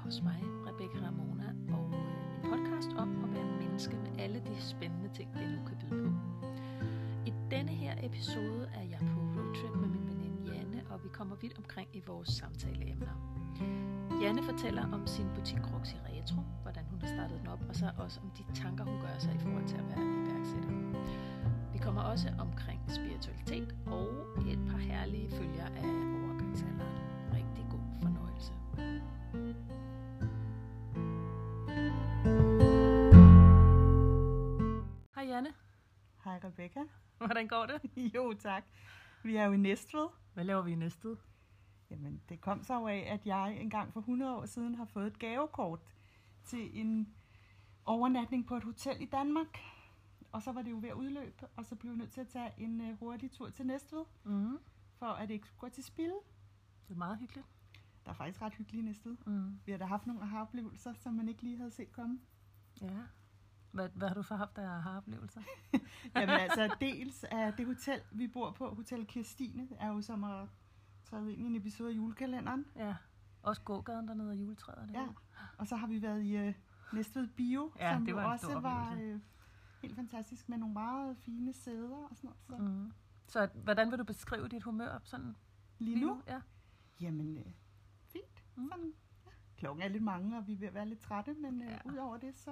hos mig, Rebecca Ramona, og min podcast om at være menneske med alle de spændende ting, det nu kan byde på. I denne her episode er jeg på roadtrip med min veninde Janne, og vi kommer vidt omkring i vores samtaleemner. Janne fortæller om sin butik Roxy Retro, hvordan hun har startet den op, og så også om de tanker, hun gør sig i forhold til at være iværksætter. Vi kommer også omkring spiritualitet og et par herlige følger af overgangsalderen. Rigtig god fornøjelse. Hej Janne. Hej Rebecca. Hvordan går det? Jo tak. Vi er jo i Næstved. Hvad laver vi i Næstved? Jamen det kom så af, at jeg engang for 100 år siden har fået et gavekort til en overnatning på et hotel i Danmark. Og så var det jo ved at udløbe, og så blev vi nødt til at tage en hurtig tur til Næstved, for at det ikke skulle gå til spilde. Det er meget hyggeligt. Der er faktisk ret hyggeligt i Næstved. Vi har da haft nogle aha-oplevelser, som man ikke lige havde set komme. Ja. Hvad har du så haft af aha-oplevelser? Jamen altså, dels af det hotel, vi bor på, Hotel Kirstine, er jo som at træde ind i en episode af julekalenderen. Ja, også gågaden dernede og juletræet. Ja, og så har vi været i Næstved Bio, ja, som det var jo også var helt fantastisk med nogle meget fine sæder og sådan noget. Så hvordan vil du beskrive dit humør sådan Lige nu? Ja. Jamen, fint. Sådan, ja. Klokken er lidt mange, og vi er ved at være lidt trætte, men udover det, så...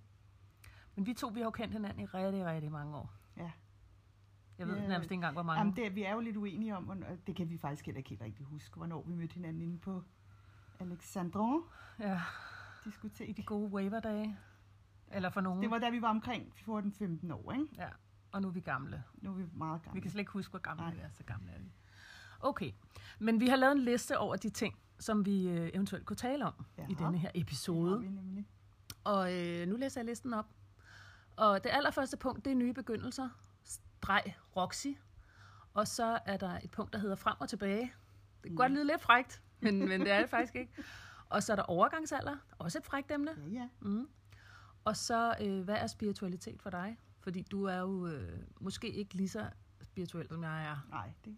Men vi har jo kendt hinanden i rigtig, rigtig mange år. Ja. Jeg ved nærmest ikke engang, hvor mange. Jamen, vi er jo lidt uenige om, og det kan vi faktisk heller ikke helt rigtig huske, hvornår vi mødte hinanden inde på Alexandre. Ja. Diskotek. De gode waverdage. Eller for nogen. Det var da vi var omkring 14-15 år, ikke? Ja, og nu er vi gamle. Nu er vi meget gamle. Vi kan slet ikke huske, hvor gamle vi er, så gamle er vi. Okay, men vi har lavet en liste over de ting, som vi eventuelt kunne tale om i denne her episode. Det har vi nemlig. Og nu læser jeg listen op. Og det allerførste punkt, det er nye begyndelser. Roxy. Og så er der et punkt, der hedder frem og tilbage. Det kan godt lyde lidt frækt, men det er det faktisk ikke. Og så er der overgangsalder. Også et frækt emne. Ja. Og så, hvad er spiritualitet for dig? Fordi du er jo måske ikke lige så spirituel, som jeg er. Nej, det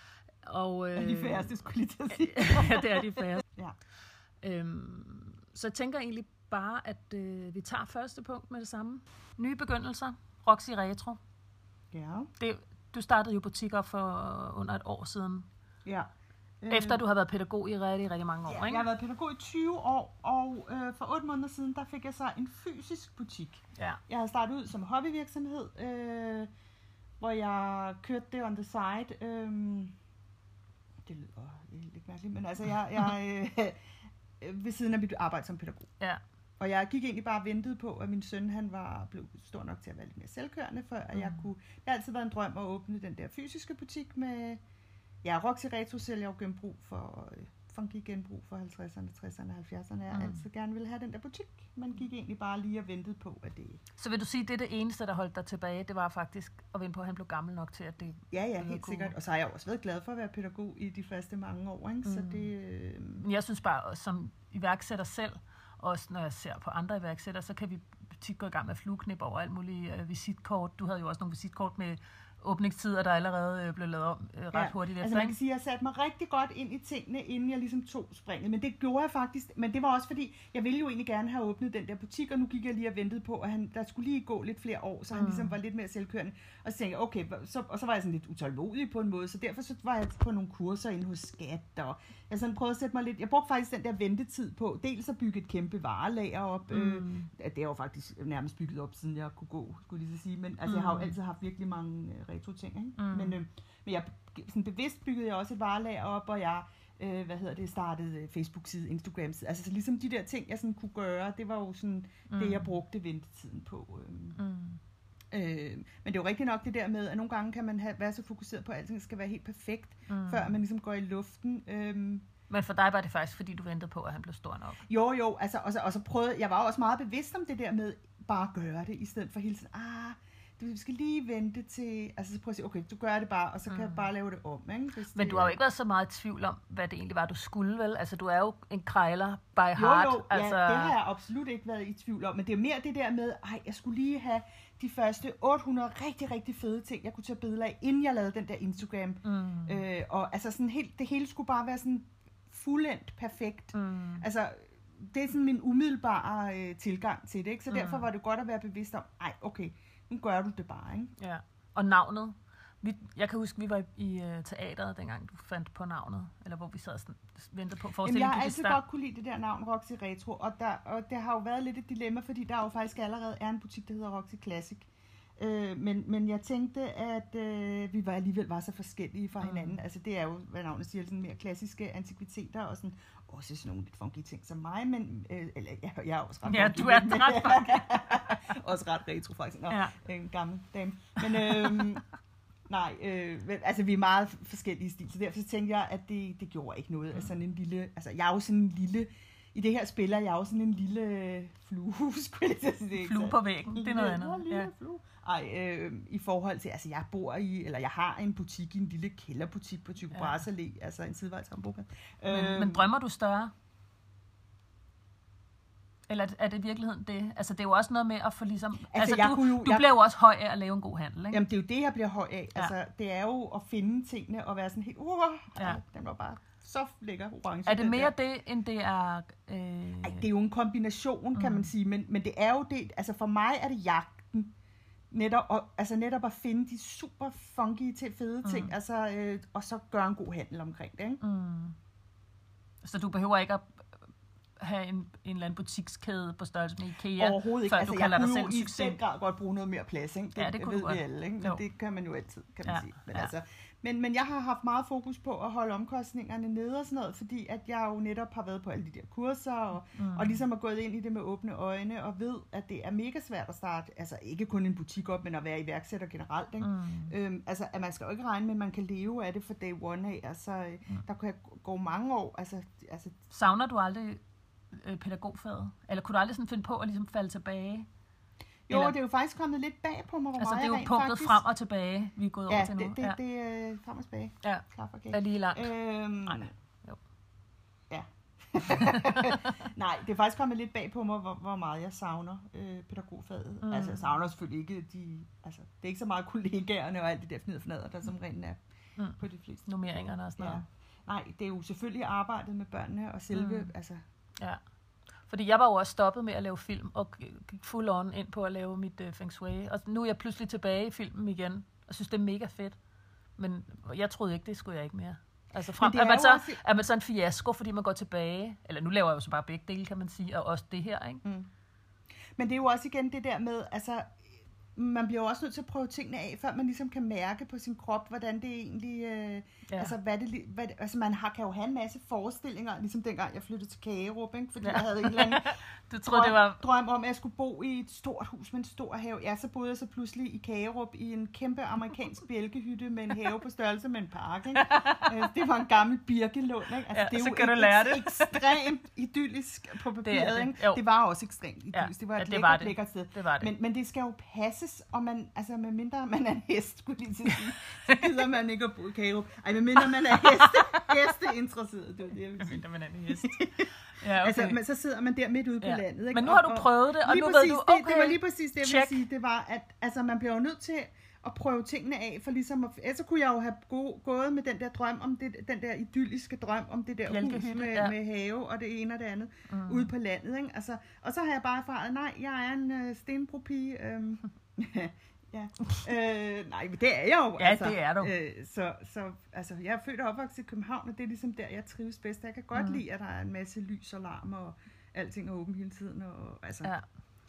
og, er de færreste, skulle jeg lige til at sige. Ja, det er de færreste. Ja. Så jeg tænker egentlig bare, at vi tager første punkt med det samme. Nye begyndelser. Roxy Retro. Ja. Du startede jo butik op for under et år siden. Ja. Efter du har været pædagog i rigtig, rigtig mange år, ikke? Jeg har været pædagog i 20 år, og for 8 måneder siden, der fik jeg så en fysisk butik. Ja. Jeg havde startet ud som hobbyvirksomhed, hvor jeg kørte det on the side. Det lyder lidt mærkeligt, men altså jeg ved siden af mit arbejde som pædagog. Ja. Og jeg gik egentlig bare og ventede på, at min søn han blev stor nok til at være lidt mere selvkørende, for at jeg kunne... Det har altid været en drøm at åbne den der fysiske butik med... Ja, Roxy Retro sælger jo genbrug for funky genbrug for 50'erne, 60'erne, 70'erne. Jeg altid gerne ville have den der butik. Man gik egentlig bare lige og ventede på, at det... Så vil du sige, at det er det eneste, der holdt dig tilbage? Det var faktisk at vente på, at han blev gammel nok til, at det... Ja, helt sikkert. Og så har jeg også været glad for at være pædagog i de første mange år, ikke? Så det... Jeg synes bare, som iværksætter selv, også når jeg ser på andre iværksættere, så kan vi tit gå i gang med flueknip over alt muligt visitkort. Du havde jo også nogle visitkort med åbningstider, der allerede blev lavet om ret hurtigt efter. Altså man kan sige, at jeg satte mig rigtig godt ind i tingene, inden jeg ligesom tog springet. Men det gjorde jeg faktisk. Men det var også fordi, jeg ville jo egentlig gerne have åbnet den der butik, og nu gik jeg lige og ventede på, at der skulle lige gå lidt flere år, så han ligesom var lidt mere selvkørende. Og så tænkte jeg, okay, og så var jeg sådan lidt utålmodig på en måde, så derfor så var jeg på nogle kurser inde hos Skat, og jeg sådan prøvede at sætte mig lidt. Jeg brugte faktisk den der ventetid på, dels at bygge et kæmpe varelager op. Det er jo faktisk nærmest bygget op, siden jeg kunne gå, skulle jeg lige så sige. Men altså, jeg har jo altid haft virkelig mange retro-ting, ikke? Men jeg sådan bevidst byggede jeg også et varelager op, og jeg startede Facebook-side, Instagram-side. Altså så ligesom de der ting, jeg sådan kunne gøre, det var jo sådan det, jeg brugte ventetiden på. Men det er jo rigtigt nok det der med, at nogle gange kan man være så fokuseret på, at alting skal være helt perfekt, før man ligesom går i luften. Men for dig var det faktisk, fordi du ventede på, at han blev stor nok? Jo, altså, og så prøvede jeg var også meget bevidst om det der med bare at gøre det, i stedet for hele tiden, du skal lige vente til, altså så prøv at sige, okay, du gør det bare, og så kan jeg bare lave det om, ikke? Men du har jo ikke været så meget i tvivl om, hvad det egentlig var, du skulle, vel? Altså, du er jo en krejler by heart. Jo, altså... ja, det har jeg absolut ikke været i tvivl om, men det er mere det der med, jeg skulle lige have de første 800 rigtig, rigtig fede ting, jeg kunne tage billeder af, inden jeg lavede den der Instagram. Og altså sådan helt, det hele skulle bare være sådan fuldendt perfekt. Altså, det er sådan min umiddelbare tilgang til det, ikke? Så derfor var det godt at være bevidst om, ej, okay, nu gør du det bare, ikke? Ja, og navnet. Jeg kan huske, vi var i teateret, dengang du fandt på navnet, eller hvor vi sad og ventede på forestillingen. Jeg har altid godt kunne lide det der navn, Roxy Retro, og det har jo været lidt et dilemma, fordi der jo faktisk allerede er en butik, der hedder Roxy Classic. Men jeg tænkte, at vi alligevel var så forskellige fra hinanden. Altså det er jo, hvad navnet siger, sådan mere klassiske antikviteter, og sådan, også sådan nogle lidt funky ting som mig, men jeg er også ret funky. Ja, du er ret funky. Også ret retro faktisk. Nå, ja. En gammel dame. Men nej, altså vi er meget forskellige stil, så derfor så tænkte jeg, at det gjorde ikke noget. Altså sådan en lille, altså jeg er jo sådan en lille, i det her spil er jeg jo sådan en lille flue, skulle jeg sige. Flue på væggen, det er noget andet. Lille flue. I forhold til, altså jeg har en butik i en lille kælderbutik på Tycho Brahes Allé, altså en sidevej til Hamburg. Men drømmer du større? Eller er det i virkeligheden det? Altså det er jo også noget med at få ligesom... Altså du bliver jo også høj af at lave en god handel, ikke? Jamen det er jo det, jeg bliver høj af. Ja. Altså det er jo at finde tingene og være sådan helt... Den var bare så lækker orange. Er det mere det, end det er... det er jo en kombination, kan man sige. Men det er jo det... Altså for mig er det jagten. Netop at finde de super funky til fede ting. Altså, og så gøre en god handel omkring det, ikke? Så du behøver ikke at have en eller anden butikskæde på størrelse med IKEA, overhovedet ikke. Før altså, du kalder dig selv succes. Jeg kunne i den grad godt bruge noget mere plads, ikke? Det ved vi alle, ikke? Men det kan man jo altid, kan man sige. Men, altså, men jeg har haft meget fokus på at holde omkostningerne nede og sådan noget, fordi at jeg jo netop har været på alle de der kurser, og ligesom har gået ind i det med åbne øjne, og ved, at det er mega svært at starte, altså ikke kun en butik op, men at være iværksætter generelt, ikke? Altså, at man skal jo ikke regne med, at man kan leve af det fra day one af, altså, der kan gå mange år, altså... Savner du aldrig pædagogfaget? Eller kunne du aldrig sådan finde på at ligesom falde tilbage? Jo, det er jo faktisk kommet lidt bag på mig, hvor altså, meget det er jo punktet frem og tilbage, vi er gået over til nu. Det er frem og tilbage. Ja, er lige langt. Jo. Ja. Nej, det er faktisk kommet lidt bag på mig, hvor meget jeg savner pædagogfaget. Altså, jeg savner selvfølgelig ikke altså, det er ikke så meget kollegaerne og alt det der fnader, der som regel er på de fleste. Nummeringerne og sådan noget. Nej, det er jo selvfølgelig arbejdet med børnene og selve, altså... Ja. Fordi jeg var jo også stoppet med at lave film, og gik full on ind på at lave mit Feng Shui. Og nu er jeg pludselig tilbage i filmen igen, og synes, det er mega fedt. Men jeg troede ikke, det skulle jeg ikke mere. Altså er man så en fiasko, fordi man går tilbage? Eller nu laver jeg jo så bare begge dele, kan man sige, og også det her, ikke? Men det er jo også igen det der med, altså... Man bliver jo også nødt til at prøve tingene af, før man ligesom kan mærke på sin krop, hvordan det egentlig... Altså, altså, man kan jo have en masse forestillinger, ligesom dengang jeg flyttede til Kagerup, ikke? Fordi jeg havde en eller anden drøm om, at jeg skulle bo i et stort hus med en stor have. Ja, så boede jeg så pludselig i Kagerup i en kæmpe amerikansk bjælkehytte med en have på størrelse med en park, ikke? Det var en gammel birkelund, ikke? Altså, det er så jo kan du lære det. Ekstremt idyllisk på papiret, ikke? Det var også ekstremt idyllisk. Det var et lækkert sted. Men det skal jo passe. Og man, altså med mindre man er en hest, skulle lige til at sige, så gider man ikke at bo i Kagerup. Ej, med mindre man er hesteinteresseret, det var det, jeg ville sige. Med mindre man er en hest. Ja, okay. Altså, men så sidder man der midt ude på landet. Ikke? Men nu har du prøvet det, og nu ved du, okay, det var lige præcis det, jeg ville sige, det var, at altså, man bliver jo nødt til at prøve tingene af, for ligesom så kunne jeg jo have gået med den der drøm om den der idylliske drøm om det der hus med have og det ene og det andet ude på landet, ikke? Altså, og så har jeg bare erfaret, nej, jeg er en stenbropige. Nej, men det er jeg jo. Ja, altså, det er du. Så altså, jeg er født og opvokset i København, og det er ligesom der, jeg trives bedst. Jeg kan godt lide, at der er en masse lys og larm, og alting er åbent hele tiden. Og, altså,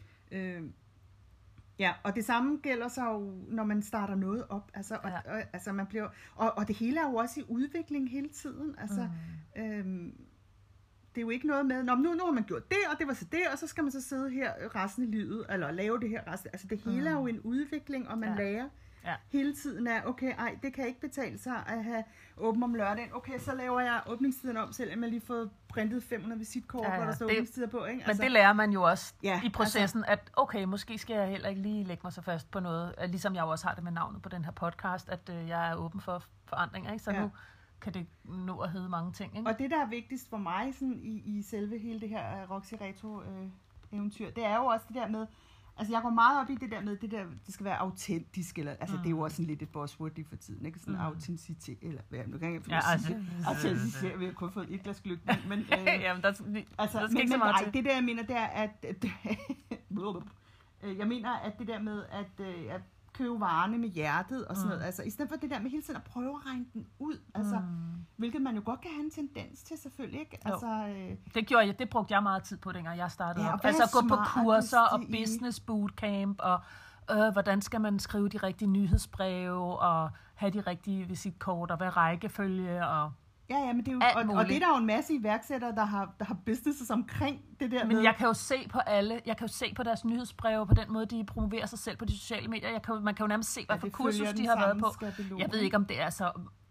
og det samme gælder så jo, når man starter noget op. Altså, altså man bliver, og det hele er jo også i udvikling hele tiden. Altså, det er jo ikke noget med, nu har man gjort det, og det var så det, og så skal man så sidde her resten af livet, eller lave det her resten. Altså det hele er jo en udvikling, og man lærer hele tiden af, okay, det kan ikke betale sig at have åben om lørdagen. Okay, så laver jeg åbningstiden om, selvom jeg lige fået printet 500 visitkort, hvor der står åbningstider på. Ikke? Altså, men det lærer man jo også i processen, at okay, måske skal jeg heller ikke lige lægge mig så fast på noget, ligesom jeg jo også har det med navnet på den her podcast, at jeg er åben for forandringer, ikke? Så nu kan det nå at hedde mange ting. Ikke? Og det, der er vigtigst for mig sådan, i selve hele det her Roxy Retro eventyr, det er jo også det der med Altså, jeg går meget op i det der med, det skal være autentisk, eller, altså, det er jo også sådan lidt et buzzword lige for tiden, ikke? Sådan autenticitet, eller hvad, nu kan jeg ikke sige det. Autenticitet, vi har kun fået et glas gløgg, men jamen, der skal ikke så meget til. Det der, jeg mener, det er, at jeg mener, at det der med, at købe varerne med hjertet og sådan noget, altså, i stedet for det der med hele tiden at prøve at regne den ud, altså, hvilket man jo godt kan have en tendens til, selvfølgelig, ikke? Altså, det brugte jeg meget tid på, dengang jeg startede op. Altså at gå på kurser og business bootcamp, og hvordan skal man skrive de rigtige nyhedsbreve, og have de rigtige visitkort, og hvad rækkefølge, og ja, men det er jo, og det er der jo en masse iværksættere, der har businesses omkring det der. Men jeg kan jo se på alle, jeg kan jo se på deres nyhedsbreve, på den måde, de promoverer sig selv på de sociale medier. Man kan jo nærmest se, hvad for kursus de har været på. Skabelon. Jeg ved ikke, om det er så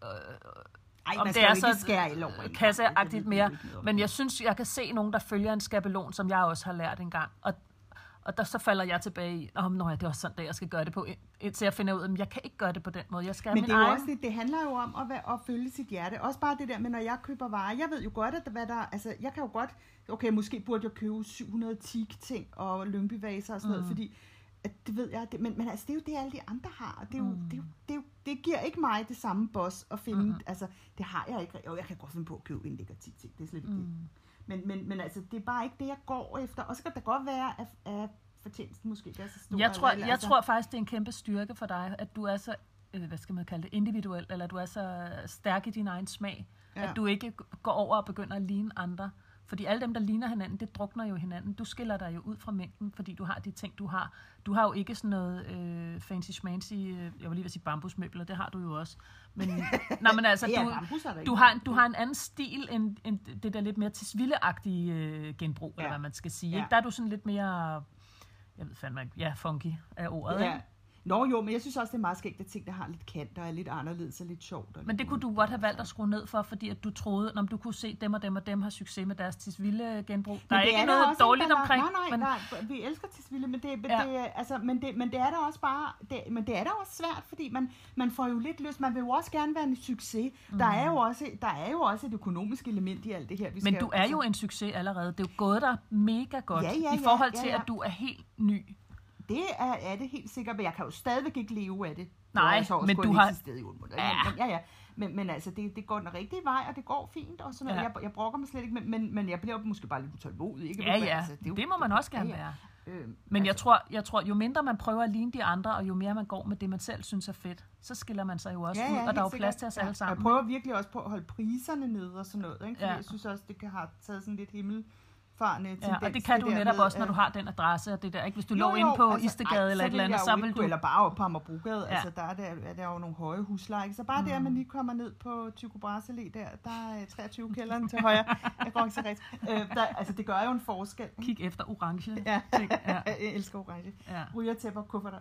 om det er så kasseagtigt mere, men jeg synes, jeg kan se nogen, der følger en skabelon, som jeg også har lært engang. Og der så falder jeg tilbage i, det er også sådan, at jeg skal gøre det på, indtil jeg finder ud af, at jeg kan ikke gøre det på den måde. Jeg skal men det er jo også det handler jo om at følge sit hjerte. Også bare det der med, når jeg køber varer. Jeg ved jo godt, at jeg kan jo godt, okay, måske burde jeg købe 700 teak-ting og lyngbyvaser og sådan noget, fordi det ved jeg, men altså, det er jo det, alle de andre har. Det giver ikke mig det samme boss at finde, altså, det har jeg ikke. Jo, jeg kan godt finde på at købe en lækker teak-ting, det er slet ikke det. Men altså, det er bare ikke det, jeg går efter. Og så kan det godt være, at fortjenesten måske ikke er så stor. Jeg tror faktisk, det er en kæmpe styrke for dig, at du er så, hvad skal man kalde det, individuel, eller du er så stærk i din egen smag, at du ikke går over og begynder at ligne andre. Fordi alle dem, der ligner hinanden, det drukner jo hinanden. Du skiller dig jo ud fra mængden, fordi du har de ting, du har. Du har jo ikke sådan noget fancy-schmancy, jeg vil lige vil sige bambusmøbler, det har du jo også. Men altså, du har en anden stil end det der lidt mere tisvildeagtige genbrug, eller hvad man skal sige. Ikke? Der er du sådan lidt mere, jeg ved fandme ikke, funky er ordet, ikke? Jo, men jeg synes også, det er meget skægt, at ting, der har lidt kant, og er lidt anderledes og lidt sjovt. Men det kunne du godt have valgt at skrue ned for, fordi at du troede, når du kunne se dem og dem har succes med deres Tisvilde genbrug. Der er ikke noget dårligt omkring. Nej, vi elsker Tisvilde, men det er da også bare, men det er da også svært, fordi man får jo lidt lyst, man vil jo også gerne være en succes. Der er jo også et økonomisk element i alt det her. Men du er jo en succes allerede. Det er jo gået dig mega godt i forhold til, at du er helt ny. Det er det helt sikkert, men jeg kan jo stadigvæk ikke leve af det. Nej, men du har... Men altså, det går den rigtige vej, og det går fint, og sådan noget. Jeg brokker mig slet ikke, men jeg bliver måske bare lidt utålmodig, ikke? Altså, det må man også gerne være. Men jeg tror, jo mindre man prøver at ligne de andre, og jo mere man går med det, man selv synes er fedt, så skiller man sig jo også ud, og der er jo plads til os alle sammen. Jeg prøver virkelig også på at holde priserne nede og sådan noget, ikke? Fordi jeg synes også, det kan have taget sådan lidt og det kan du netop også, når du har den adresse og det der, ikke? Hvis du lå inde på Istegade eller et eller andet, så vil du... Eller bare på Amagerbrogade, altså der er jo nogle høje huslejer, ikke? Så bare det, at man lige kommer ned på Tycho Brahes Allé der er 23 kælderen til højre. Jeg går ikke så rigtigt. Altså det gør jo en forskel. Kig efter orange. Ja. Jeg elsker orange. Rygertæpper, kufferter.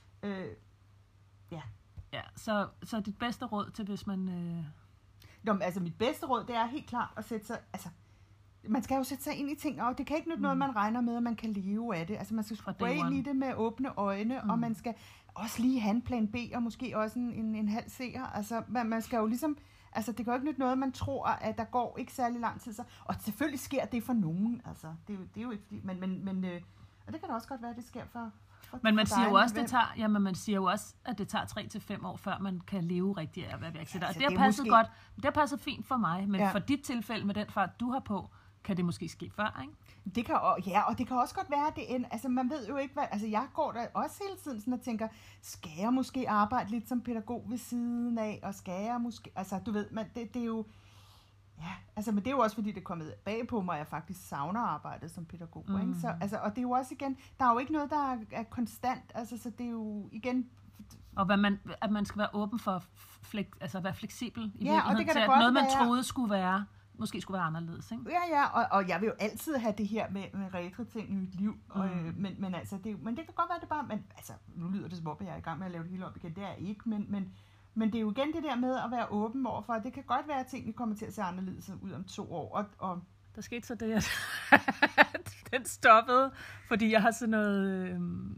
Ja, så dit bedste råd til, hvis man... Altså mit bedste råd, det er helt klart at sætte sig... Altså, man skal jo sætte sig ind i ting, og det kan ikke nytte noget, man regner med, at man kan leve af det. Altså man skal gå ind i det med åbne øjne, og man skal også lige have en plan B, og måske også en halv C'er. Altså man skal jo ligesom, altså det kan jo ikke nytte noget, man tror, at der går ikke særlig lang tid. Og selvfølgelig sker det for nogen, altså det er jo ikke fordi, men og det kan da også godt være, det sker for men man siger jo også, man siger jo også, at det tager 3 til 5 år, før man kan leve rigtigt af at være iværksætter. Altså, det har passet godt, det har passet fint for mig, men for dit tilfælde med den fart, du har på, kan det måske ske før, ikke? Det kan, og det kan også godt være, at det altså man ved jo ikke, hvad, altså jeg går der også hele tiden sådan og tænker, skal jeg måske arbejde lidt som pædagog ved siden af, og skal jeg måske, altså du ved, det er jo, altså men det er jo også fordi, det er kommet bag på mig, at jeg faktisk savner arbejdet som pædagog, ikke? Så, altså, og det er jo også igen, der er jo ikke noget, der er konstant, altså så det er jo igen... Og at man skal være åben for, altså være fleksibel i virkeligheden til, at noget man troede skulle være, måske skulle være anderledes, ikke? Og jeg vil jo altid have det her med retro-ting i mit liv, men altså, men det kan godt være, det bare, men altså, nu lyder det som om, at jeg er i gang med at lave det hele op igen, det er jeg ikke, men det er jo igen det der med at være åben overfor, det kan godt være, at tingene kommer til at se anderledes ud om 2 år, og der skete så det, at den stoppede, fordi jeg har sådan noget,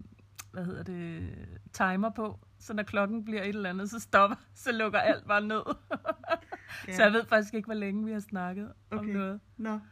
timer på, så når klokken bliver et eller andet, så stopper, så lukker alt bare ned. Så jeg ved faktisk ikke, hvor længe vi har snakket om noget.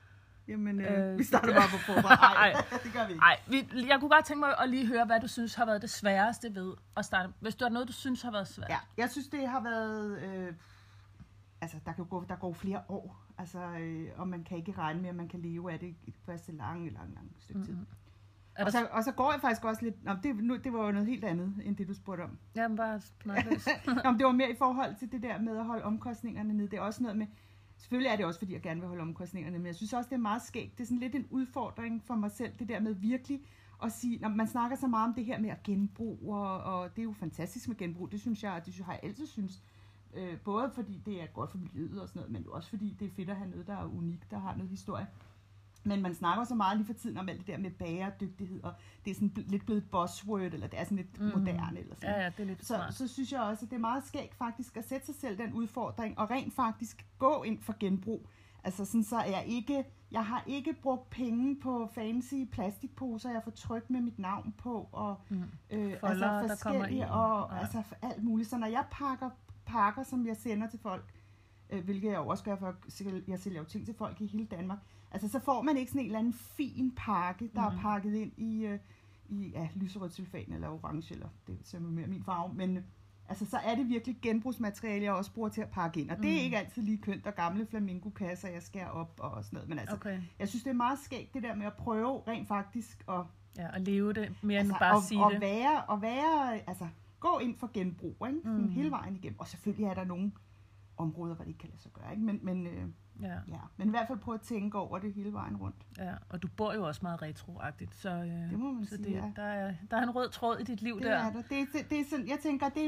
Jamen, vi starter bare på forfra. Nej, det gør vi ikke. Nej, jeg kunne godt tænke mig at lige høre, hvad du synes har været det sværeste ved at starte. Hvis du har noget, du synes har været svært. Ja, jeg synes, det har været... altså, der går flere år. Altså, og man kan ikke regne med, at man kan leve af det i det første lang stykke tid. Og så går jeg faktisk også lidt... det var jo noget helt andet, end det du spurgte om. Jamen, bare snakløs. Det var mere i forhold til det der med at holde omkostningerne nede. Det er også noget med... Selvfølgelig er det også, fordi jeg gerne vil holde omkostningerne, men jeg synes også, det er meget skægt. Det er sådan lidt en udfordring for mig selv, det der med virkelig at sige, når man snakker så meget om det her med at genbruge, og det er jo fantastisk med genbrug, det synes jeg, har jeg altid synes. Både fordi det er godt for miljøet og sådan noget, men også fordi det er fedt at have noget, der er unikt, der har noget historie. Men man snakker så meget lige for tiden om alt det der med bæredygtighed, og det er sådan lidt blevet et buzzword, eller det er sådan lidt moderne, eller sådan. Ja, det er lidt så synes jeg også, at det er meget skægt faktisk at sætte sig selv den udfordring, og rent faktisk gå ind for genbrug. Altså sådan, så jeg har ikke brugt penge på fancy plastikposer, jeg får trykt med mit navn på, og folder, altså forskellige, og altså alt muligt. Så når jeg pakker, som jeg sender til folk, hvilket jeg også gør, for jeg sælger jo ting til folk i hele Danmark, altså så får man ikke sådan en eller anden fin pakke, der er pakket ind i lyserødt sulfan eller orange, eller det er simpelthen mere min farve, men altså så er det virkelig genbrugsmateriale, jeg også bruger til at pakke ind, og det er ikke altid lige kønt, og gamle flamingo-kasser, jeg skærer op og sådan noget, men altså, jeg synes det er meget skægt det der med at prøve rent faktisk at leve det, mere end bare at sige det. Og være, altså gå ind for genbrug, ikke? Hele vejen igennem, og selvfølgelig er der nogle områder, hvor det ikke kan lade sig gøre, ikke? Men i hvert fald prøve at tænke over det hele vejen rundt. Ja, og du bor jo også meget retroagtigt, så det må man sige, der er en rød tråd i dit liv det der. Er der. Det er sådan, jeg tænker, det er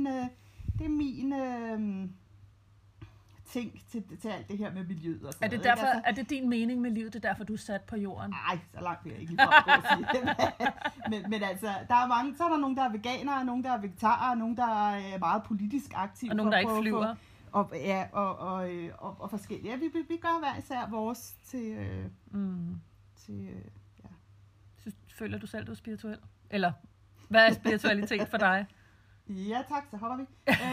min ting til alt det her med miljøet og sådan noget. Er det din mening med livet, det er derfor, du er sat på jorden? Nej, så langt vil jeg ikke lige gå at sige. men altså, der er mange, så er der nogen, der er veganere, nogen, der er vegetarer, nogen, der er meget politisk aktive. Og nogen, der ikke flyver. Og forskellige. Ja, vi gør hver især vores til Føler du selv, du er spirituel? Eller, hvad er spiritualitet for dig? Ja tak, så hopper vi.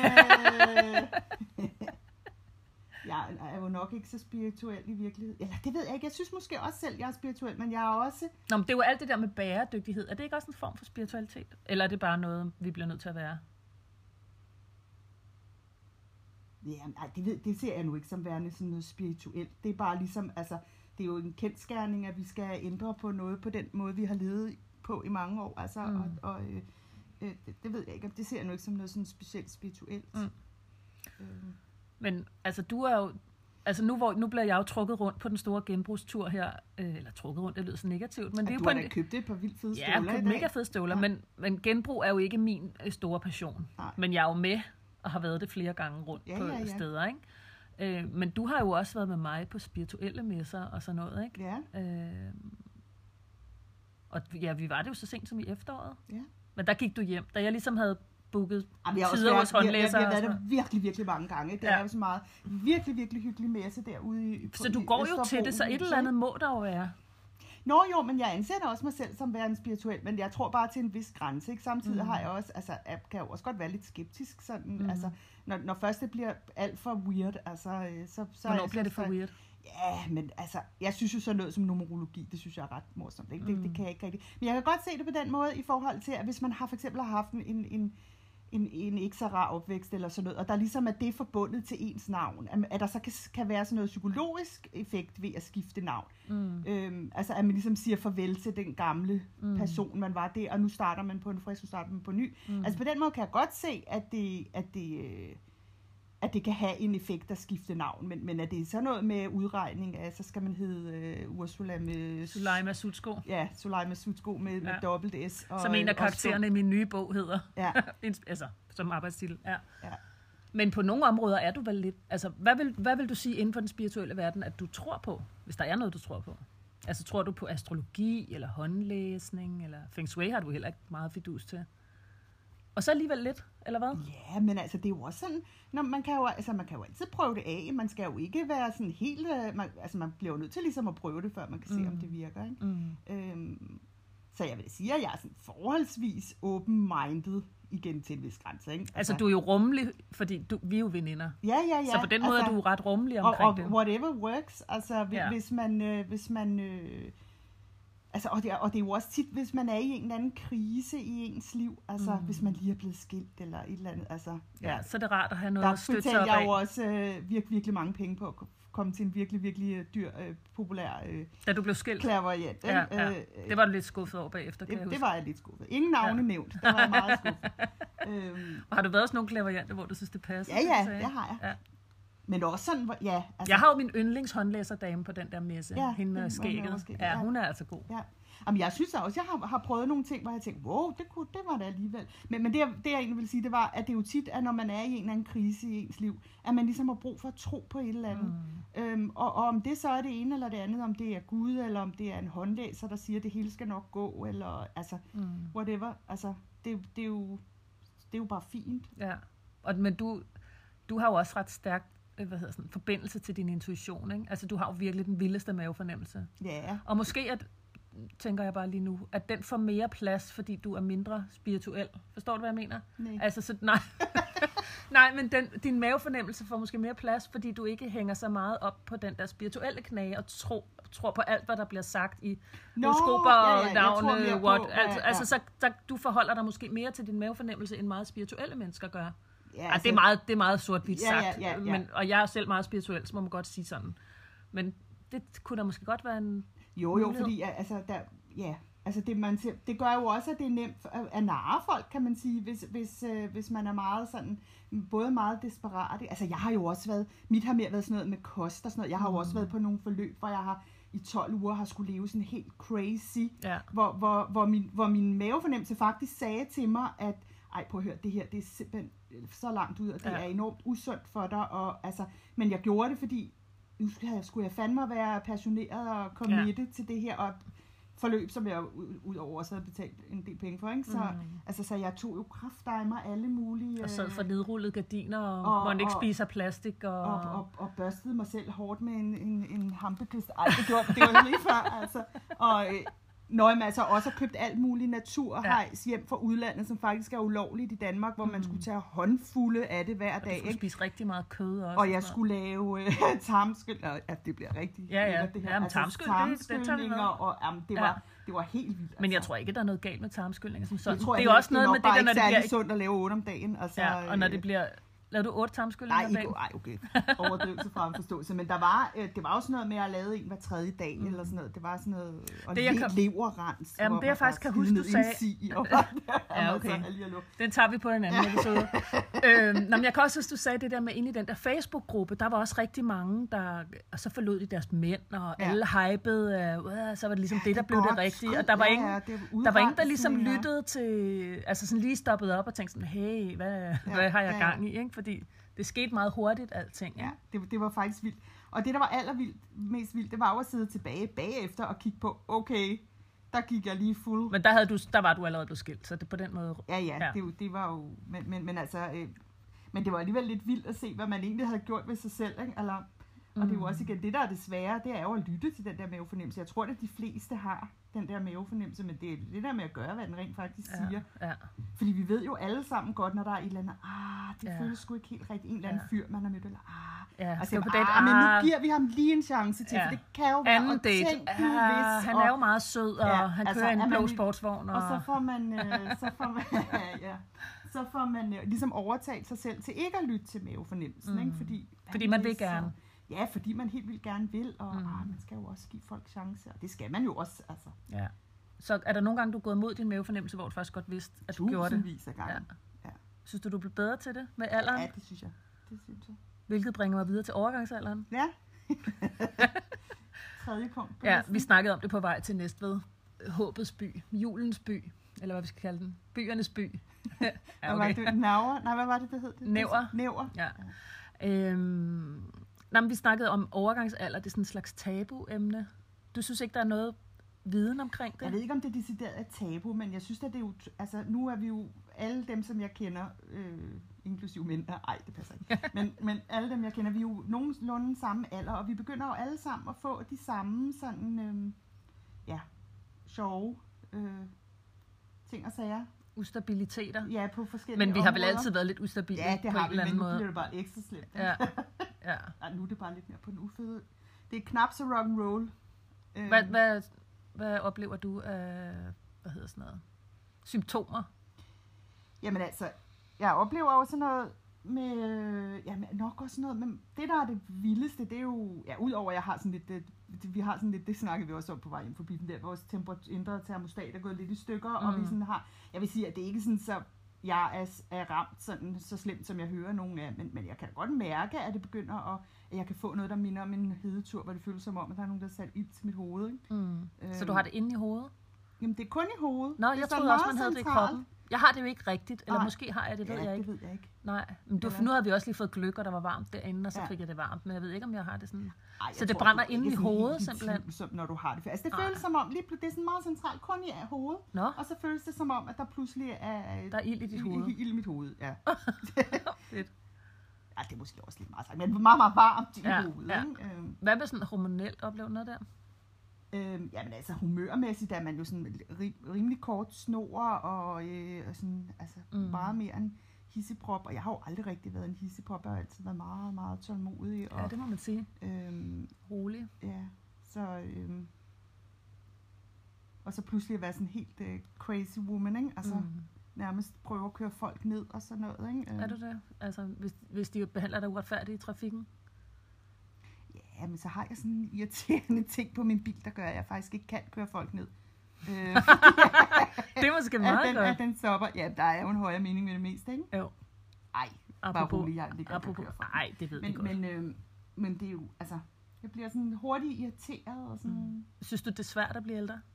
Jeg er jo nok ikke så spirituel i virkeligheden. Eller det ved jeg ikke. Jeg synes måske også selv, jeg er spirituel, men jeg er også... Nå, men det er jo alt det der med bæredygtighed. Er det ikke også en form for spiritualitet? Eller er det bare noget, vi bliver nødt til at være? Ja, nej, det ser jeg nu ikke som værende sådan noget spirituelt. Det er bare ligesom, altså, det er jo en kendsgerning, at vi skal ændre på noget på den måde, vi har levet på i mange år. Altså, det ved jeg ikke, det ser jeg nu ikke som noget sådan specielt spirituelt. Men altså, du er jo, altså nu bliver jeg jo trukket rundt på den store genbrugstur her, eller trukket rundt, det lyder så negativt, men det er jo på en... Du har da købt et par vildt fede støvler i dag. Ja, jeg har købt mega fede støvler, ja. men genbrug er jo ikke min store passion. Nej. Men jeg er jo med og har været det flere gange rundt på steder, ikke? Men du har jo også været med mig på spirituelle messer og sådan noget, ikke? Ja. Og ja, vi var det jo så sent som i efteråret. Ja. Men der gik du hjem, da jeg ligesom havde booket tider hos håndlæsere. Jeg har været der virkelig, virkelig mange gange. Det er jo så meget virkelig, virkelig hyggelig messe derude i så du går jo til det, så et eller andet må der jo være. Jo, men jeg anser også mig selv som værende spirituel, men jeg tror bare til en vis grænse, ikke? Samtidig har jeg også, altså, kan jeg også godt være lidt skeptisk, sådan, altså, når først det bliver alt for weird, altså, så hvornår bliver det for weird? Ja, men altså, jeg synes jo sådan noget som numerologi, det synes jeg er ret morsomt, ikke? Det kan jeg ikke rigtig. Men jeg kan godt se det på den måde i forhold til, at hvis man har for eksempel haft en ikke så rar opvækst eller sådan noget, og der ligesom er det forbundet til ens navn, at der så kan være sådan noget psykologisk effekt ved at skifte navn. Altså at man ligesom siger farvel til den gamle person, man var der, og nu starter man på en frisk, nu starter man på ny. Altså på den måde kan jeg godt se, at det kan have en effekt at skifte navn, men er det så noget med udregning af, så skal man hedde Ursula med... Sulaima Sutsko. Ja, Sulaima Sutsko med dobbelt S. Og, som en af karaktererne i min nye bog hedder. Ja. Altså, som arbejdstitel. Ja. Men på nogle områder er du vel lidt... Altså, hvad vil du sige inden for den spirituelle verden, at du tror på, hvis der er noget, du tror på? Altså, tror du på astrologi, eller håndlæsning, eller Feng Shui har du heller ikke meget fidus til? Og så alligevel lidt, eller hvad? Ja, men altså, det er jo også sådan, man kan jo altid prøve det af. Man skal jo ikke være sådan helt... man bliver jo nødt til ligesom at prøve det, før man kan se, om det virker, ikke? Så jeg vil sige, at jeg er sådan forholdsvis open-minded igen til en vis grænse, ikke? Altså, du er jo rummelig, fordi vi er jo veninder. Ja. Så på den måde er du ret rummelig omkring det. Og whatever works. Altså, hvis man altså, og det er jo også tit, hvis man er i en eller anden krise i ens liv, altså hvis man lige er blevet skilt eller et eller andet, altså. Ja, så er det rart at have noget at støtte sig op af. Der betalte jeg jo også virkelig mange penge på at komme til en virkelig dyr, populær da du blev skilt. Clairvoyant. Ja. Det var du lidt skuffet over bagefter, kan jeg huske. Det var jeg lidt skuffet. Ingen navne nævnt. Det var jeg meget skuffet. Og har du været også nogle clairvoyanter, hvor du synes, det passer? Ja, det har jeg. Ja. Men også sådan, ja. Altså, jeg har jo min yndlingshåndlæserdame på den der messe. Hende med skægget. Ja, hun er altså god. Ja. Jamen, jeg synes også, jeg har prøvet nogle ting, hvor jeg tænkte, wow, det var det alligevel. Men det jeg egentlig vil sige, det var, at det er jo tit, at når man er i en eller anden krise i ens liv, at man ligesom har brug for at tro på et eller andet. Og om det så er det ene eller det andet, om det er Gud, eller om det er en håndlæser, der siger, at det hele skal nok gå, eller altså, whatever. Altså, det er jo bare fint. Ja, men du har jo også ret stærkt forbindelse til din intuition, ikke? Altså, du har jo virkelig den vildeste mavefornemmelse. Ja. Og måske tænker jeg bare lige nu, at den får mere plads, fordi du er mindre spirituel. Forstår du, hvad jeg mener? Nej. Altså, nej. Nej, men din mavefornemmelse får måske mere plads, fordi du ikke hænger så meget op på den der spirituelle knage og tror på alt, hvad der bliver sagt i horoskoper, navne, altså, så du forholder dig måske mere til din mavefornemmelse, end meget spirituelle mennesker gør. Ja, altså, det er meget sort-hvidt sagt, men, og jeg er selv meget spirituel, så må man godt sige sådan. Men det kunne da måske godt være en Jo, fordi altså det gør jo også, at det er nemt at narre folk, kan man sige, hvis man er meget sådan, både meget desperat. Altså jeg har jo også været, mit har mere været sådan noget med kost og sådan noget. Jeg har jo også været på nogle forløb, hvor jeg har i 12 uger har skulle leve sådan helt crazy, hvor min mavefornemmelse faktisk sagde til mig, at prøv at høre, det her, det er simpelthen så langt ud, og det er enormt usundt for dig, og altså, men jeg gjorde det, fordi nu skulle jeg fandme være passioneret og committed til det her, og forløb, som jeg udover også havde betalt en del penge for, ikke? Så jeg tog jo kraftdejmer alle mulige. Og så for nedrullede gardiner, og man ikke spiser plastik. Og børstede mig selv hårdt med en hampekvist. Det var lige før, altså. Og altså også har købt alt muligt naturhejs hjem fra udlandet, som faktisk er ulovligt i Danmark, hvor man skulle tage håndfulde af det hver dag. Og du skulle spise rigtig meget kød også. Og jeg skulle lave tarmskyld. Det bliver rigtig lækkert, det her. Jamen, tarmskyldninger, og det var helt vildt. Men jeg tror ikke, der er noget galt med tarmskyldninger som sådan. Det er også noget med det, der, når det bliver sundt at lave 8 om dagen. Altså, og når det bliver lavede du 8 tarmskyldninger om dagen? Nej, okay. Overdrivelse fra en forståelse. Men det var også noget med at lave en hver tredje dag, eller sådan noget. Det var sådan noget, og leverrens. Jamen, det jeg faktisk kan huske, du sagde. Ja, okay. Den tager vi på en anden episode. Men jeg kan også huske, du sagde det der med inde i den der Facebook-gruppe, der var også rigtig mange, der og så forlod de deres mænd, og alle hypede, så var det ligesom det, der blev det rigtige. Og der var ingen, der ligesom lyttede til, altså sådan lige stoppede op og tænkte sådan, hey, hvad har jeg gang i, ikke? Fordi det skete meget hurtigt, alting. Ja, det var faktisk vildt. Og det, der var mest vildt, det var jo at sidde tilbage bagefter og kigge på, okay, der gik jeg lige fuld. Men der var du allerede blevet skilt, så det på den måde. Ja. Det var jo, men altså, men det var alligevel lidt vildt at se, hvad man egentlig havde gjort ved sig selv, ikke? Eller, og det er jo også igen, det der er det svære, det er jo at lytte til den der mavefornemmelse. Jeg tror, at de fleste har den der mavefornemmelse, men det er det der med at gøre, hvad den rent faktisk siger. Ja. Fordi vi ved jo alle sammen godt, når der er et eller andet, det føles sgu ikke helt rigtigt, en eller anden fyr, man har mødt, eller altså, men nu giver vi ham lige en chance til, for det kan jo være, anden date. Han er jo meget sød, og han kører en blå sportsvogn. Og så får man, så får man ligesom overtalt sig selv til ikke at lytte til mavefornemmelsen, ikke? Fordi man vil gerne. Ja, fordi man helt vildt gerne vil, og man skal jo også give folk chancer, og det skal man jo også, altså. Ja. Så er der nogle gange, du er gået mod din mavefornemmelse, hvor du faktisk godt vidste, at du gjorde det? Tusindvis af gange. Ja. Synes du blev bedre til det med alderen? Ja, det synes jeg. Hvilket bringer mig videre til overgangsalderen. Ja. Tredje punkt. Ja, vi snakkede om det på vej til Næstved. Håbets by, julens by, eller hvad vi skal kalde den. Byernes by. Ja, okay. Hvad var det hed? Næver. Ja. Men vi snakkede om overgangsalder, det er sådan en slags tabu-emne. Du synes ikke, der er noget viden omkring det? Jeg ved ikke, om det decideret er tabu, men jeg synes, at det er jo, altså nu er vi jo, alle dem, som jeg kender, inklusive mænd, det passer ikke, men alle dem, jeg kender, vi er jo nogenlunde samme alder, og vi begynder jo alle sammen at få de samme sådan, sjove ting og sager. Ustabiliteter. Ja, på forskellige Men vi har vel områder. altid været lidt ustabile Ja, det på har en vi, eller men anden nu måde. bliver det bare ekstra slemt. Ja. Ja. Ej, nu er det bare lidt mere på den ufede. Det er knap så rock'n'roll. Hvad oplever du af, hvad hedder sådan noget, symptomer? Jamen altså, jeg oplever også sådan noget med, nok også noget, men det der er det vildeste, det er jo, ja, udover at jeg har sådan lidt, vi har sådan lidt, det snakkede vi også om på vej hjem forbi den der, vores indre termostat er gået lidt i stykker, og vi sådan har, jeg vil sige, at det er ikke sådan, så jeg er ramt sådan så slemt, som jeg hører nogen af, men jeg kan da godt mærke, at det begynder at jeg kan få noget, der minder om en hedetur, hvor det føles som om, at der er nogen, der har sat ild til mit hoved. Ikke? Så du har det inde i hovedet? Jamen, det er kun i hovedet. Nå, det jeg troede også, man havde det i kroppen. Jeg har det jo ikke rigtigt, eller Nej. måske har jeg det, ved jeg ikke. det ved jeg ikke. Nej, men nu havde vi også lige fået gløgg, og der var varmt derinde, og så fik jeg det varmt, men jeg ved ikke, om jeg har det sådan. Så det brænder inde i hovedet, simpelthen? Som når du har det. Altså, det føles som om, det er sådan meget centralt, kun i hovedet, og så føles det som om, at der pludselig er... Der er ild i dit hoved. Ild i mit hoved, ja. Fedt. Ja, det er måske også lidt meget sagt, men meget, meget varmt i hovedet. Ja. Ikke? Hvad med sådan hormonelt? Oplever noget der? Jamen altså humørmæssigt er man jo sådan rimelig kort snor og sådan, altså meget mere en hisseprop, og jeg har jo aldrig rigtig været en hisseprop, jeg har altid været meget, meget tålmodig. Og, ja, det må man sige. Rolig. Ja, så og så pludselig at være sådan helt crazy woman, ikke? Altså nærmest prøve at køre folk ned og sådan noget, ikke? Er du det? Altså hvis de behandler dig uretfærdigt i trafikken? Ja, men så har jeg sådan en irriterende ting på min bil, der gør, at jeg faktisk ikke kan køre folk ned. Det er måske meget godt. At den stopper. Ja, der er jo en højere mening med det meste, ikke? Jo. Ej, bare rolig, jeg ikke kan køre folk. Nej, det ved jeg godt. Men det er jo, altså, jeg bliver sådan hurtigt irriteret og sådan... Synes du, det er svært at blive ældre?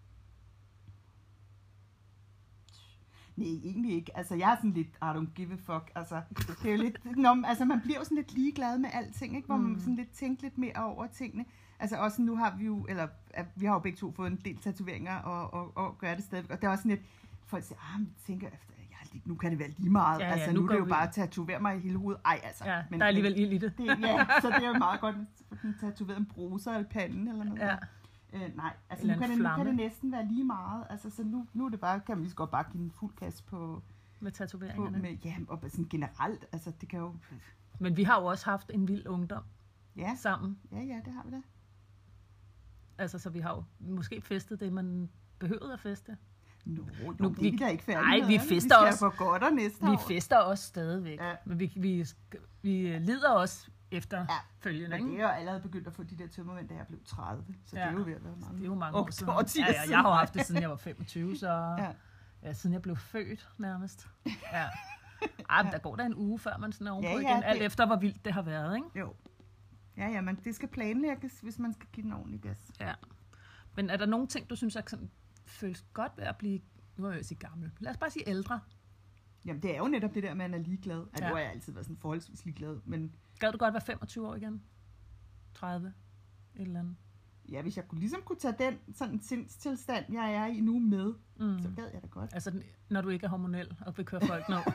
Nej, egentlig ikke. Altså, jeg er sådan lidt, I don't give a fuck. Altså, det er jo lidt, altså, man bliver jo sådan lidt ligeglad med alting, ikke? Hvor man sådan lidt tænker lidt mere over tingene. Altså, også nu har vi jo, vi har jo begge to fået en del tatoveringer og gør det stadigvæk. Og det er også sådan lidt, folk siger, tænker efter, nu kan det være lige meget. Ja, altså, nu er det jo bare at tatovere mig i hele hovedet. Ej, altså. Ja, men, der er alligevel ild i det. Ja, så det er jo meget godt at tatovere en bruser i panden eller noget. Ja. Nej, altså nu kan det næsten være lige meget. Altså, så nu er det bare, kan man lige så godt bare give en fuld kasse på... Med tatoveringerne. Og sådan generelt, altså det kan jo... Men vi har jo også haft en vild ungdom sammen. Ja, det har vi da. Altså, så vi har jo måske festet det, man behøvede at feste. Nu det er vi da ikke færdige. Nej, vi fester også. Vi skal for godt næste år. Vi fester også stadigvæk. Ja. Men vi lider også efterfølgende. Men det er jo allerede begyndt at få de der tømmermænd, da jeg blev 30. Så det er jo ved at være mange. Det er jo mange år siden. Jeg har jo haft det, siden jeg var 25, så siden jeg blev født nærmest. Ja. Men der går der en uge, før man sådan er ovenpå igen. Alt efter, hvor vildt det har været, ikke? Jo. Ja, men det skal planlægges, hvis man skal give den ordentlig gas. Ja. Men er der nogle ting, du synes, at føles godt ved at blive, nu vil jeg sige gammel, lad os bare sige ældre? Jamen, det er jo netop det der med, at man er ligeglad. Nu har jeg altid været sådan forholdsvis ligeglad, men... Gad du godt være 25 år igen? 30? Et eller andet? Ja, hvis jeg ligesom kunne tage den sådan sindstilstand, jeg er i nu med, så gad jeg da godt. Altså, når du ikke er hormonel og vil køre folk ned.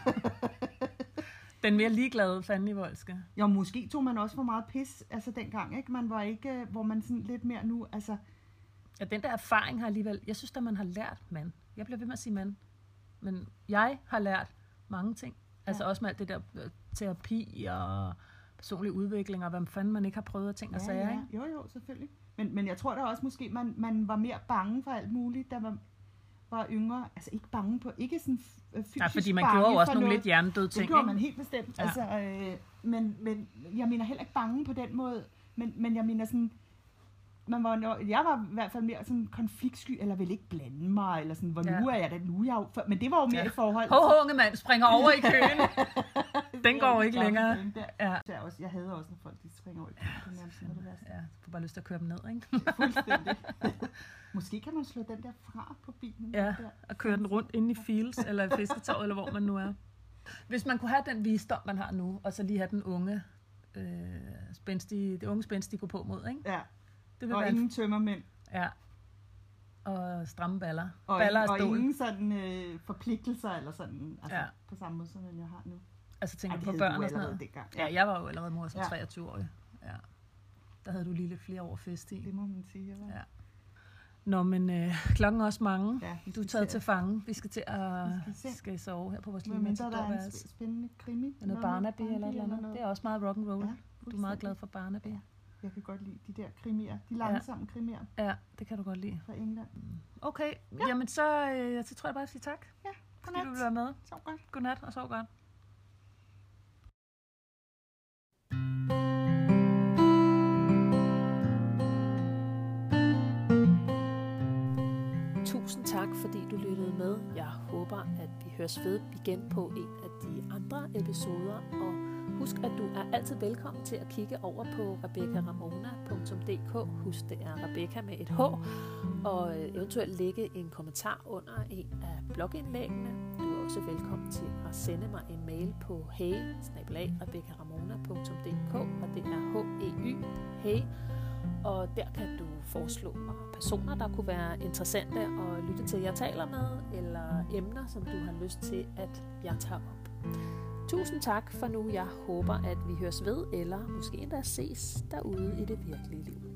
Den mere ligeglade fandenivoldske. Jo, måske tog man også for meget pis, altså dengang, ikke? Man var ikke, hvor man sådan lidt mere nu, altså... Ja, den der erfaring har alligevel, jeg synes, at man har lært mand. Jeg bliver ved med at sige mand. Men jeg har lært mange ting. Altså også med alt det der terapi og personlig udvikling, og hvad fanden man ikke har prøvet at tænke og sager, ikke? Jo, selvfølgelig. Men jeg tror da også måske, man var mere bange for alt muligt, da man var yngre. Altså ikke bange på, ikke sådan fysisk bange. Fordi man gjorde også nogle lidt hjernedøde ting, det gjorde man helt bestemt. Ja. Altså, men jeg mener heller ikke bange på den måde, men jeg mener sådan, jeg var i hvert fald mere sådan konfliktsky, eller vil ikke blande mig, eller sådan, nu er jeg da, nu er jeg jo, men det var jo mere i forhold til... Unge mand, springer over i køen. Den går ikke længere. Jeg hader også, når folk de springer over i køen. Ja, du får bare lyst til at køre dem ned, ikke? Fuldstændig. Måske kan man slå den der fra på bilen. Ja, og køre den rundt inde i Fields, eller i Fisketåret, eller hvor man nu er. Hvis man kunne have den visdom, man har nu, og så lige have den unge, spændstige gå på mod, ikke? Ja. Og ingen tømmermænd. Ja. Og stramme baller. Og ingen sådan forpligtelser, eller sådan, altså på samme måde, som jeg har nu. Altså tænker du på børn og sådan noget? Ja, jeg var jo allerede mor som 23-årig. Ja. Der havde du lige lidt flere år fest i. Det må man sige, ja. Nå, men klokken er også mange. Ja, Du er taget til fange. Vi skal til at skal sove her på vores lille matadorværelse. Spændende krimi. Noget Barnaby eller et eller andet. Det er også meget rock'n'roll. Ja, du er meget glad for Barnaby. Ja. Jeg kan godt lide de der krimier. De langsomme krimier. Ja, det kan du godt lide. Fra England. Okay, jamen så tror jeg bare at sige tak. Ja, godnat. Fordi du vil være med. Sov godt. Godnat og sov godt. Tusind tak, fordi du lyttede med. Jeg håber, at vi høres ved igen på en af de andre episoder. Og husk, at du er altid velkommen til at kigge over på rebeccaramona.dk. Husk, det er Rebecca med et H. Og eventuelt lægge en kommentar under en af blogindlæggene. Du er også velkommen til at sende mig en mail på hey@rebeccaramona.dk, og det er HEY, hey. Og der kan du foreslå personer, der kunne være interessante at lytte til, jeg taler med, eller emner, som du har lyst til, at jeg tager op. Tusind tak for nu. Jeg håber, at vi høres ved, eller måske endda ses derude i det virkelige liv.